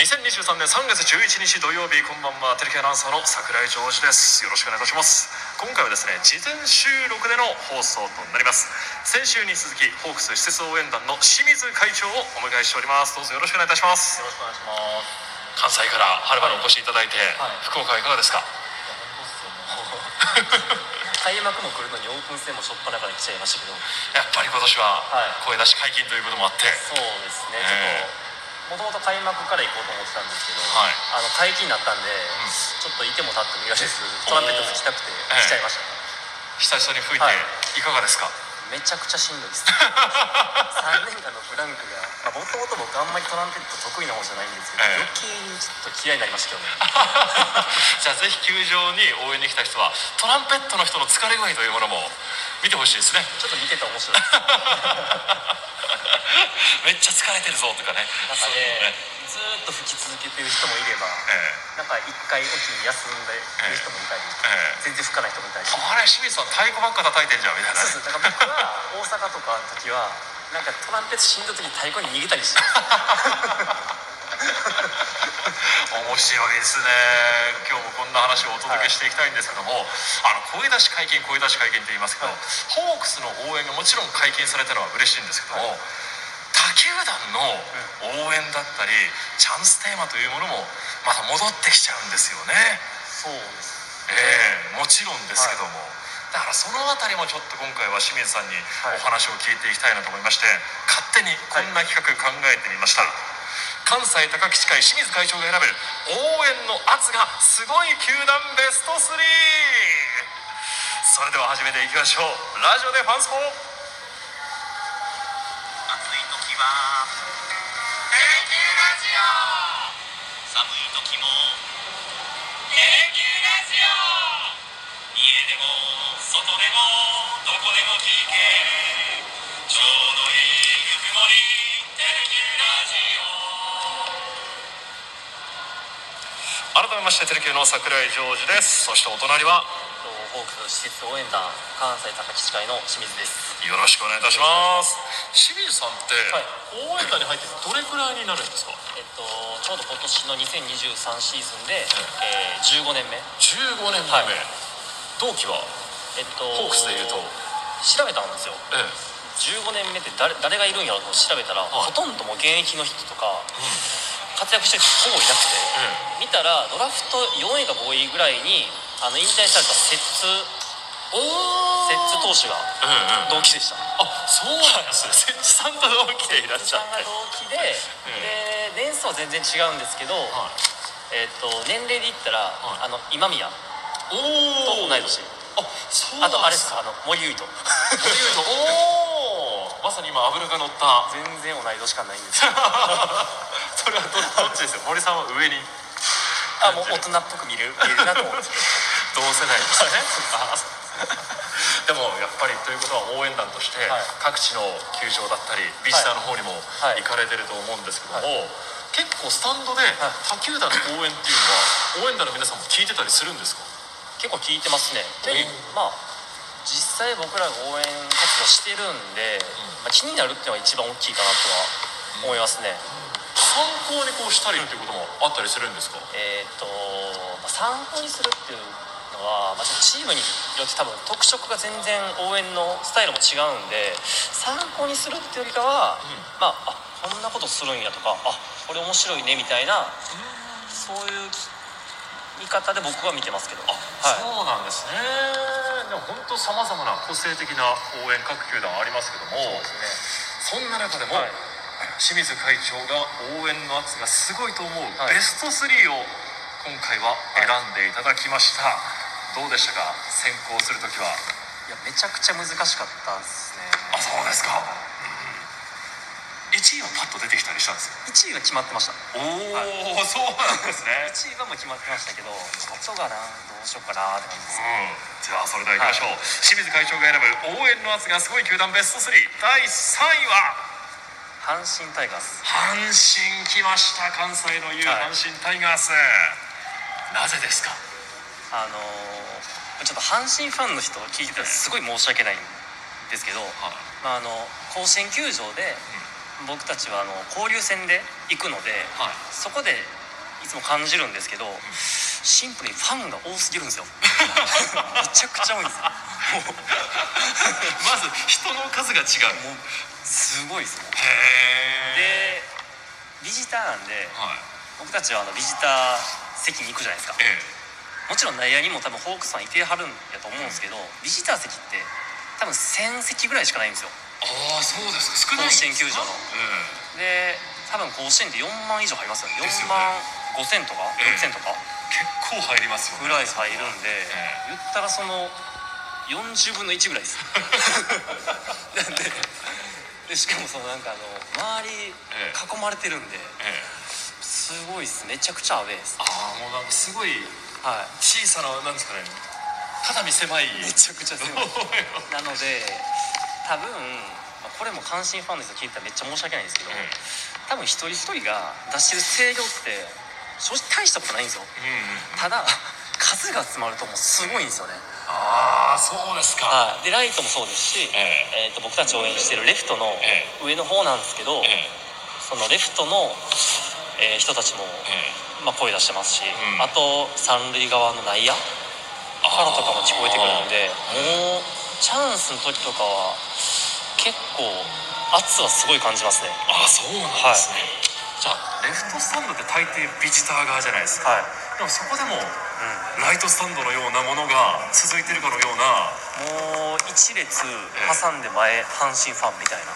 2023年3月11日土曜日、こんばんは。テレビアナウンサーの櫻井ジョージです。よろしくお願いいたします。今回はですね、事前収録での放送となります。先週に続きホークス施設応援団の清水会長をお迎えしております。どうぞよろしくお願いいたします。 よろしくお願いします。 関西からはるばるお越しいただいて、福岡はいかがですか？ 開幕も来るのにオープン戦もしょっぱなから来ちゃいましたけど、 やっぱり今年は声出し解禁ということもあって、 そうですね、ちょっともともと開幕から行こうと思ってたんですけど、解禁になったんで、ちょっちょっといても立ってもいられずトランペット吹きたくて来ちゃいました。 久々に吹いていかがですか？ めちゃくちゃしんどいです3年間のブランクが、もともと僕あんまりトランペット得意な方じゃないんですけど、余計にちょっと嫌いになりましたけどねじゃあぜひ球場に応援に来た人はトランペットの人の疲れ具合というものも見てほしいですね。 ちょっと見てて面白いですめっちゃ疲れてるぞとかね、 なんかね、ずっと吹き続けてる人もいれば、なんか1回おきに休んでる人もいたり、全然吹かない人もいたり、 あれ清水さん太鼓ばっか叩いてんじゃんみたいな。 そうです。だから僕は大阪とかの時はなんかトランペットしんどい時に太鼓に逃げたりして面白いですね。今日もこんな話をお届けしていきたいんですけども、声出し解禁と言いますけど、ホークスの応援がもちろん解禁されたのは嬉しいんですけども、他球団の応援だったりチャンステーマというものもまた戻ってきちゃうんですよね。 そうですもちろんですけども、だからそのあたりもちょっと今回は清水さんにお話を聞いていきたいなと思いまして、勝手にこんな企画考えてみました。関西高吉会清水会長が選べる応援の圧がすごい球団ベスト3。それでは始めていきましょう。ラジオでファンスポ。 暑い時はテレキューラジオ、寒い時もテレキューラジオ、家でも外でもどこでも聞け、ちょうどいいぬくもり、テレキューラジオ。 改めましてテレキューの櫻井ジョージです。そしてお隣はホークス施設応援団関西高吉会の清水です。 よろしくお願いいたします。清水さんって、応援団に入ってどれくらいになるんですか？ ちょうど今年の2023シーズンで、15年目。 15年目、同期はホークスでいうと調べたんですよ、15年目って誰がいるんやろうと調べたら、ほとんどもう現役の人とか、活躍してる人ほぼいなくて、見たらドラフト4位か5位ぐらいに引退された摂津投手が同期でした。 そうなんですね。摂津さんと同期でいらっしゃって。 同期で、年数は全然違うんですけど、年齢で言ったら、今宮と同い年。あとあれですか、森唯斗まさに今油が乗った。 全然同い年感ないんですよそれはどっちですよ？森さんは上にもう大人っぽく見えるなと思って同世代ですねでもやっぱりということは応援団として各地の球場だったりビジターの方にも行かれてると思うんですけども、結構スタンドで他球団の応援っていうのは応援団の皆さんも聞いてたりするんですか？ 結構聞いてますね。で、実際僕らが応援活動してるんで、気になるっていうのが一番大きいかなとは思いますね。 参考にしたりっていうこともあったりするんですか？ 参考にするっていうのは、チームによって多分特色が全然応援のスタイルも違うんで、参考にするっていうよりかは、こんなことするんやとか、これ面白いねみたいな、そういう見方で僕は見てますけど。 そうなんですね。でも本当さまざまな個性的な応援各球団ありますけども、そんな中でも、清水会長が応援の圧がすごいと思うベスト3を今回は選んでいただきました。どうでしたか？選考するときは。 いや、めちゃくちゃ難しかったですね。 そうですか。1位はパッと出てきたりしたんですよ。 1位は決まってました。 そうなんですね。 1位はもう決まってましたけど、後がどうしようかなって感じです。 じゃあそれではいきましょう。清水会長が選ぶ応援の圧がすごい球団ベスト3、第3位は阪神タイガース。 阪神来ました。関西の阪神タイガース、なぜですか？ ちょっと阪神ファンの人を聞いてたらすごい申し訳ないんですけど、甲子園球場で僕たちは交流戦で行くので、 はいそこでいつも感じるんですけど、シンプルにファンが多すぎるんですよめちゃくちゃ多いんですよまず人の数が違う。 もうすごいですね。 へでビジターなんで、 はい。 僕たちはビジター席に行くじゃないですか。もちろん内野にも多分ホークスファンいてはるんやと思うんですけど、ビジター席って多分1000席ぐらいしかないんですよ、 ああ、そうですか。少ないん甲ですか。 子園球場の。で多分甲子園で4万以上入りますよね。4 ですよね万5000とか6000とか結構入りますよね。 ぐらい入るんで、言ったらその40分の1ぐらいですなんでしかもそのなんか周り囲まれてるんで、すごいっす。めちゃくちゃアウェーです。 ああ、もうなんかすごいは小さな、なんですかね、肩身狭い。 い、めちゃくちゃ強いなので多分これも阪神ファンの人聞いたらめっちゃ申し訳ないんですけど、多分一人一人が出してる声量って正直大したことないんですよ。ただ数が集まるともうすごいんですよね。 ああ、そうですか。 でライトもそうですし、僕たち応援してるレフトの上の方なんですけど、そのレフトの、人たちも、声出してますし、あと三塁側の内野からとかも聞こえてくるので、もうチャンスの時とかは結構圧はすごい感じますね。 ああ、そうなんですね。じゃあレフトスタンドって大抵ビジター側じゃないですか。 はい、 でもそこでもライトスタンドのようなものが続いてるかのような。 もう一列挟んで前阪神ファンみたいな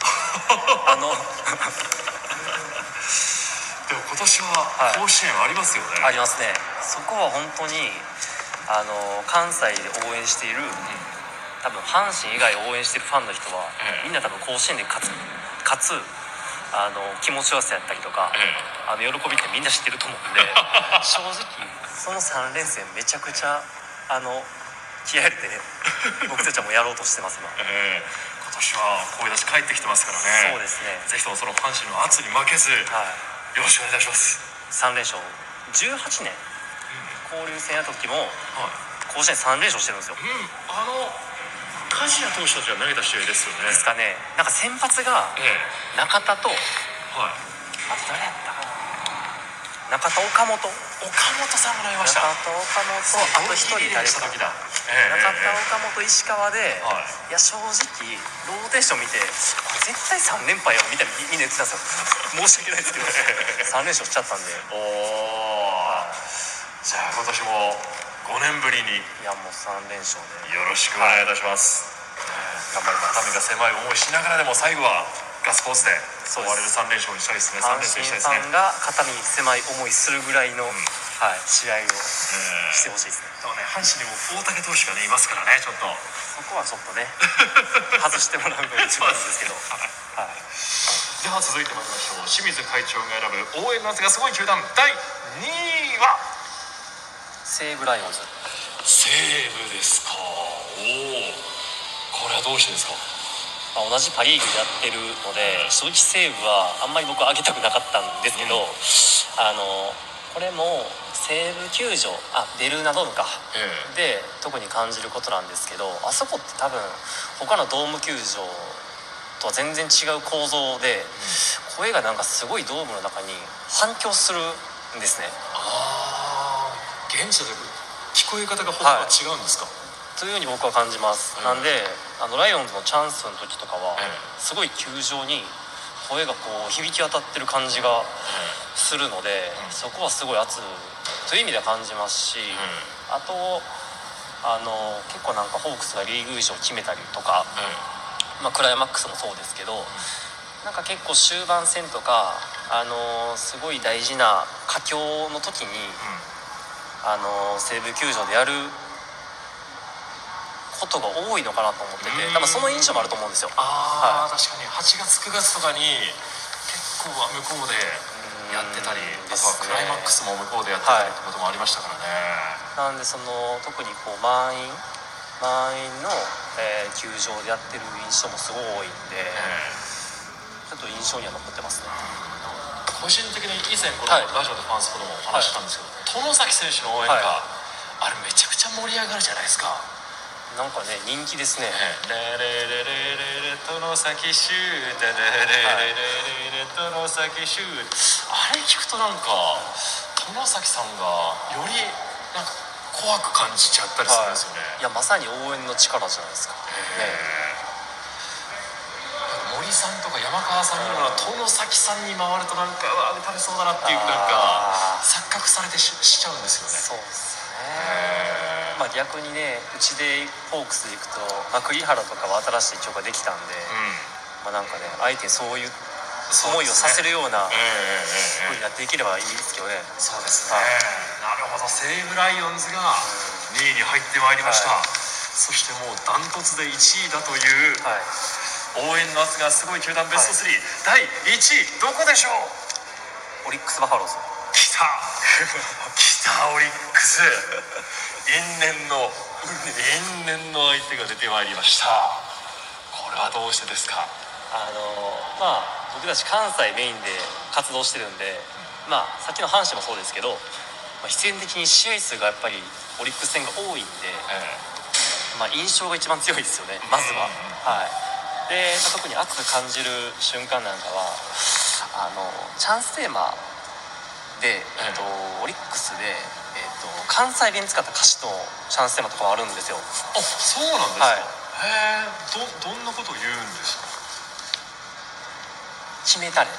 でも今年は甲子園ありますよね。 ありますね。そこは本当に関西で応援している、多分阪神以外応援してるファンの人は、みんな多分甲子園で勝つ気持ちよさやったりとか、喜びってみんな知ってると思うんで正直その3連戦めちゃくちゃ気合入れて僕たちはもうやろうとしてます今。 今年は声出し帰ってきてますからね。 そうですね。 ぜひともその阪神の圧に負けず、よろしくお願いいたします。 3連勝18年、交流戦やった時も甲子園3連勝してるんですよ。 梶谷投手たちが投げた試合ですよね。 ですかね。なんか先発が中田と、 はい。 あと誰やったかな、中田岡本さんが投げました。 中田岡本、あと1人誰か、 した時だ。 中田岡本石川で、 はいや正直ローテーション見てこれ絶対3連敗やみたいなみんな言ってたんですよ申し訳ないですけど3連勝しちゃったんで。 おお。じゃあ今年も5年ぶりにいやもう3連勝でよろしくお願いいたします。 頑張ります。 肩身が狭い思いしながらでも最後はガッツポーズで終われる3連勝にしたいですね。3 阪連戦神したいですね。 ファンが肩身狭い思いするぐらいの、試合をしてほしいですね。 でもね、阪神にも大竹投手がねいますからね、ちょっとそこはちょっとね外してもらうのが一番いいんですけどでは続いてまいりましょう。清水会長が選ぶ応援の圧がすごい球団第2位は西武ライオンズ。 西武ですか。おお、これはどうしてですか。 同じパ・リーグでやってるので正直西武はあんまり僕は上げたくなかったんですけど、これも西武球場ベルーナドームか、で特に感じることなんですけど、あそこって多分他のドーム球場とは全然違う構造で、声がなんかすごいドームの中に反響するんですね。 現地で聞こえ方が他は違うんですか。 というように僕は感じます。なんでライオンズのチャンスの時とかは、すごい球場に声がこう響き渡ってる感じがするので、そこはすごい熱という意味では感じますし、あと結構なんかホークスがリーグ優勝決めたりとか、クライマックスもそうですけど、なんか結構終盤戦とかすごい大事な佳境の時に、西武球場でやることが多いのかなと思ってて、多分その印象もあると思うんですよ。 確かに8月9月とかに結構は向こうでやってたり、あとはクライマックスも向こうでやってたりってこともありましたからね。 なんで特にこう満員の、球場でやってる印象もすごい多いんで、ちょっと印象には残ってますね。 個人的に以前このラジオでファンスポでもお話したんですけど、外崎選手の応援歌、あれめちゃくちゃ盛り上がるじゃないですか。 なんかね人気ですね。 レレレレレレ殿崎シューテレレレレレレ殿崎修あれ聞くとなんか殿崎さんがよりなんか怖く感じちゃったりするんですよね、 いやまさに応援の力じゃないですか、ね、 森さんとか山川さんのような殿崎さんに回るとなんかうわ打たれそうだなっていうなんか錯覚されて しちゃうんですよね。 そうですね、まあ、逆にねうちでフォークスでいくと、まあ、栗原とかは新しい曲ができたんで、まあ、なんかね相手にそういう思いをさせるような風になっていければいいですけどね。 そうですね、なるほど。西武ライオンズが2位に入ってまいりました、そしてもうダントツで1位だという、応援の圧がすごい球団ベスト3、第1位どこでしょう？ オリックスバファローズ。 来たオリックス因縁の相手が出てまいりました。これはどうしてですか？ まあ僕たち関西メインで活動してるんで、まあさっきの阪神もそうですけど、まあ、必然的に試合数がやっぱりオリックス戦が多いんで、まあ、印象が一番強いですよね、まずは。で、まあ、特に熱く感じる瞬間なんかはチャンステーマで、オリックスで、関西弁使った歌詞のチャンステーマとかもあるんですよ。 あ、そうなんですか。へえ、どんなことを言うんですか？ 決めたれ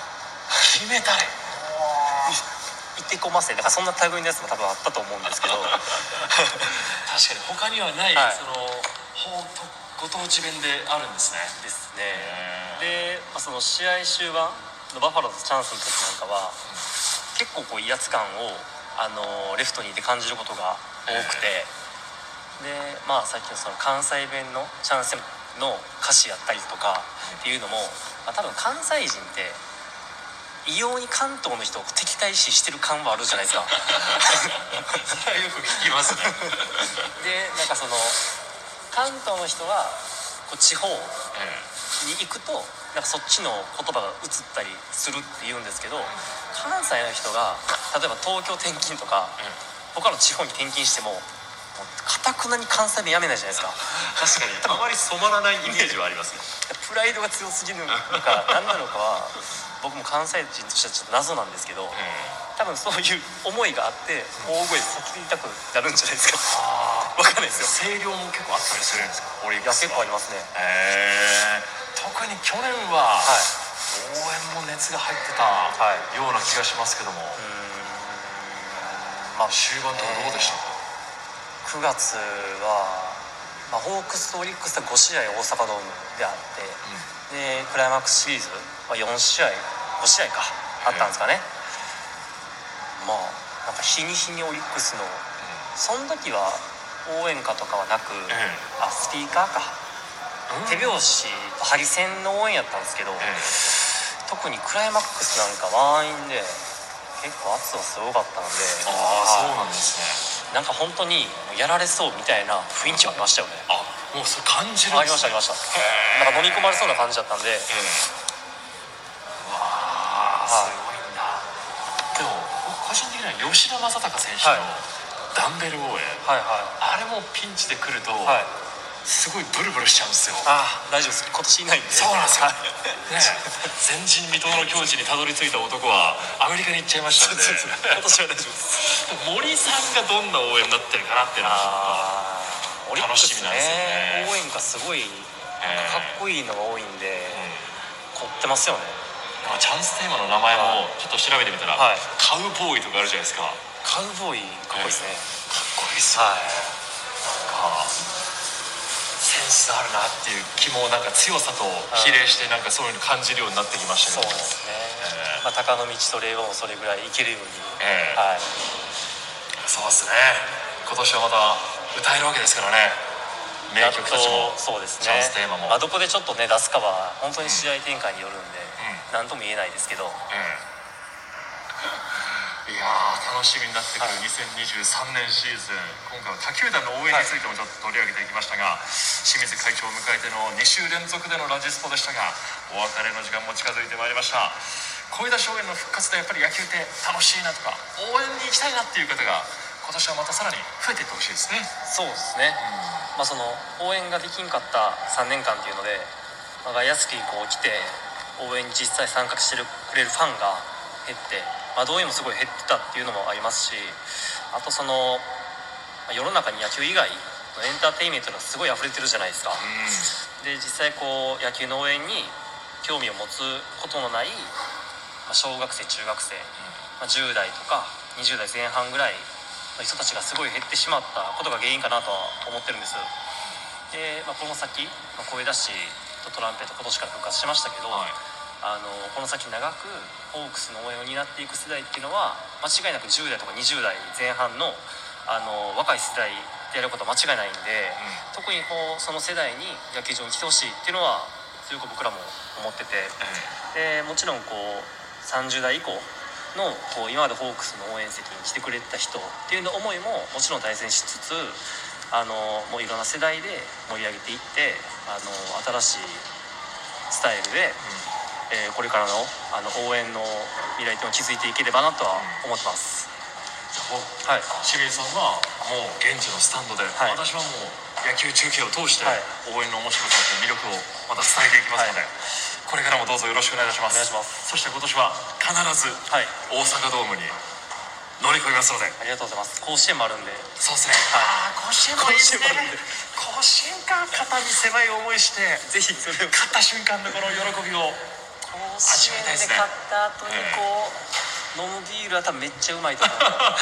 行ってこませ、だからそんな類のやつも多分あったと思うんですけど確かに他にはない、そのご当地弁であるんですね。 ですね。で、まあ、その試合終盤のバファローズチャンスの時なんかは、結構こう威圧感をレフトにいて感じることが多くて、で、まあさっきのその関西弁のチャンスの歌詞やったりとかっていうのも、まあ、多分関西人って異様に関東の人を敵対視してる感はあるじゃないですかそれはよく聞きますねで、なんかその関東の人はこう地方に行くとなんかそっちの言葉が移ったりするって言うんですけど、関西の人が例えば東京転勤とか、他の地方に転勤してもかたくなに関西弁やめないじゃないですか。 確かにあまり染まらないイメージはありますねプライドが強すぎるのか何なのかは僕も関西人としてはちょっと謎なんですけど、多分そういう思いがあって大声で叫びたくなるんじゃないですか。分かんないですよ。 声量も結構あったりするんですか？オリックスは。 いや結構ありますね。 特に去年は、応援も熱が入ってたような気がしますけども、まあ終盤とかどうでしたか ？9月は、まあ、ホークスとオリックスで5試合大阪ドームであって、でクライマックスシリーズは4試合5試合かあったんですかね。まあなんか日に日にオリックスの、その時は応援歌とかはなく、スピーカーか、手拍子ハリセンの応援やったんですけど、特にクライマックスなんか満員で結構圧がすごかったので、 そうなんですね。 なんか本当にやられそうみたいな雰囲気はありましたよね。 もうそれ感じるんですね。 ありましたなんか飲み込まれそうな感じだったんで、 すごいんだ。でも僕個人的には吉田正尚選手のダンベル応援、あれもピンチで来ると、すごいブルブルしちゃうんですよ。 大丈夫です、今年いないんで。 そうなんですよ、前人未到の境地にたどり着いた男はアメリカに行っちゃいましたので今年は大丈夫です。 森さんがどんな応援になってるかなっていうのはちょっと楽しみなんですよね。 応援がすごいかっこいいのが多いんで、凝ってますよね。 チャンステーマの名前もちょっと調べてみたら、カウボーイとかあるじゃないですか。 カウボーイかっこいいですね。 かっこいいですよね。なんかセンスあるなっていう気もなんか強さと比例してなんかそういうの感じるようになってきましたけど。そうですね。まあ鷹の道と令和もそれぐらいいけるように。 そうですね。今年はまた歌えるわけですからね。名曲たちも。 そうですね。 チャンステーマも。 どこでちょっとね出すかは本当に試合展開によるんで、何とも言えないですけど。 いや楽しみになってくる2023年シーズン、今回は他球団の応援についてもちょっと取り上げていきましたが、清水会長を迎えての2週連続でのラジスポでしたが、お別れの時間も近づいてまいりました。声出し応援の復活でやっぱり野球って楽しいなとか応援に行きたいなっていう方が今年はまたさらに増えていってほしいですね。 そうですね、まあその応援ができんかった3年間っていうので、外野席にこう来て応援に実際参加してくれるファンが減って、動員もすごい減ってたっていうのもありますし、あと世の中に野球以外のエンターテインメントがすごい溢れてるじゃないですか。で実際野球の応援に興味を持つことのない、小学生中学生、10代とか20代前半ぐらいの人たちがすごい減ってしまったことが原因かなとは思ってるんです。で、この先、声出しとトランペット今年から復活しましたけど、この先長くホークスの応援を担っていく世代っていうのは間違いなく10代とか20代前半の、若い世代でやることは間違いないんで、特にその世代に野球場に来てほしいっていうのは強く僕らも思ってて、でもちろん30代以降の今までホークスの応援席に来てくれた人っていうの思いももちろん大切にしつつ、もういろんな世代で盛り上げていって、新しいスタイルで、これからの応援の未来っていうのを築いていければなとは思ってます。 はい、清水さんはもう現地のスタンドで、私はもう野球中継を通して応援の面白さと魅力をまた伝えていきますので、これからもどうぞよろしくお願いいたします。 お願いします。 そして今年は必ず大阪ドームに乗り込みますので、 ありがとうございます。甲子園もあるんで。 そうですね、甲子園もいいですね。甲子園か、肩に狭い思いしてぜひそれを勝った瞬間のこの喜びを甲子園で勝った後に飲むビールは多分めっちゃうまいと思う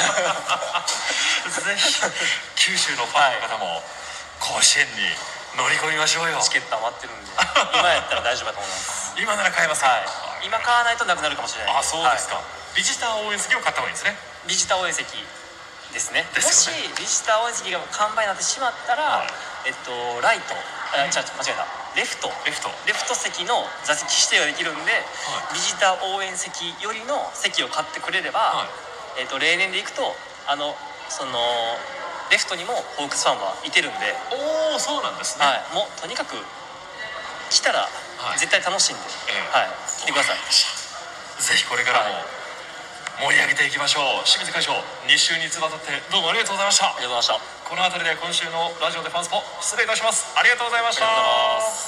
ぜひ九州のファンの方も甲子園に乗り込みましょうよ。 チケット余ってるんで今やったら大丈夫だと思います。 今なら買えますか。 今買わないとなくなるかもしれない。 そうですか。ビジター応援席を買った方がいいんですね。 ビジター応援席ですね。 ですよね。 もしビジター応援席が完売になってしまったら、ライト間違えたレフト席の座席指定ができるんで、ビジター応援席よりの席を買ってくれれば、例年でいくとレフトにもホークスファンはいてるんで。 そうなんですね。 もうとにかく来たら絶対楽しいんで、来てください。 ぜひこれからも盛り上げていきましょう。清水会長、2週につばたってどうもありがとうございました。 ありがとうございました。 この辺りで今週のラジオでファンスポ失礼いたします。ありがとうございました。 ありがとうございます。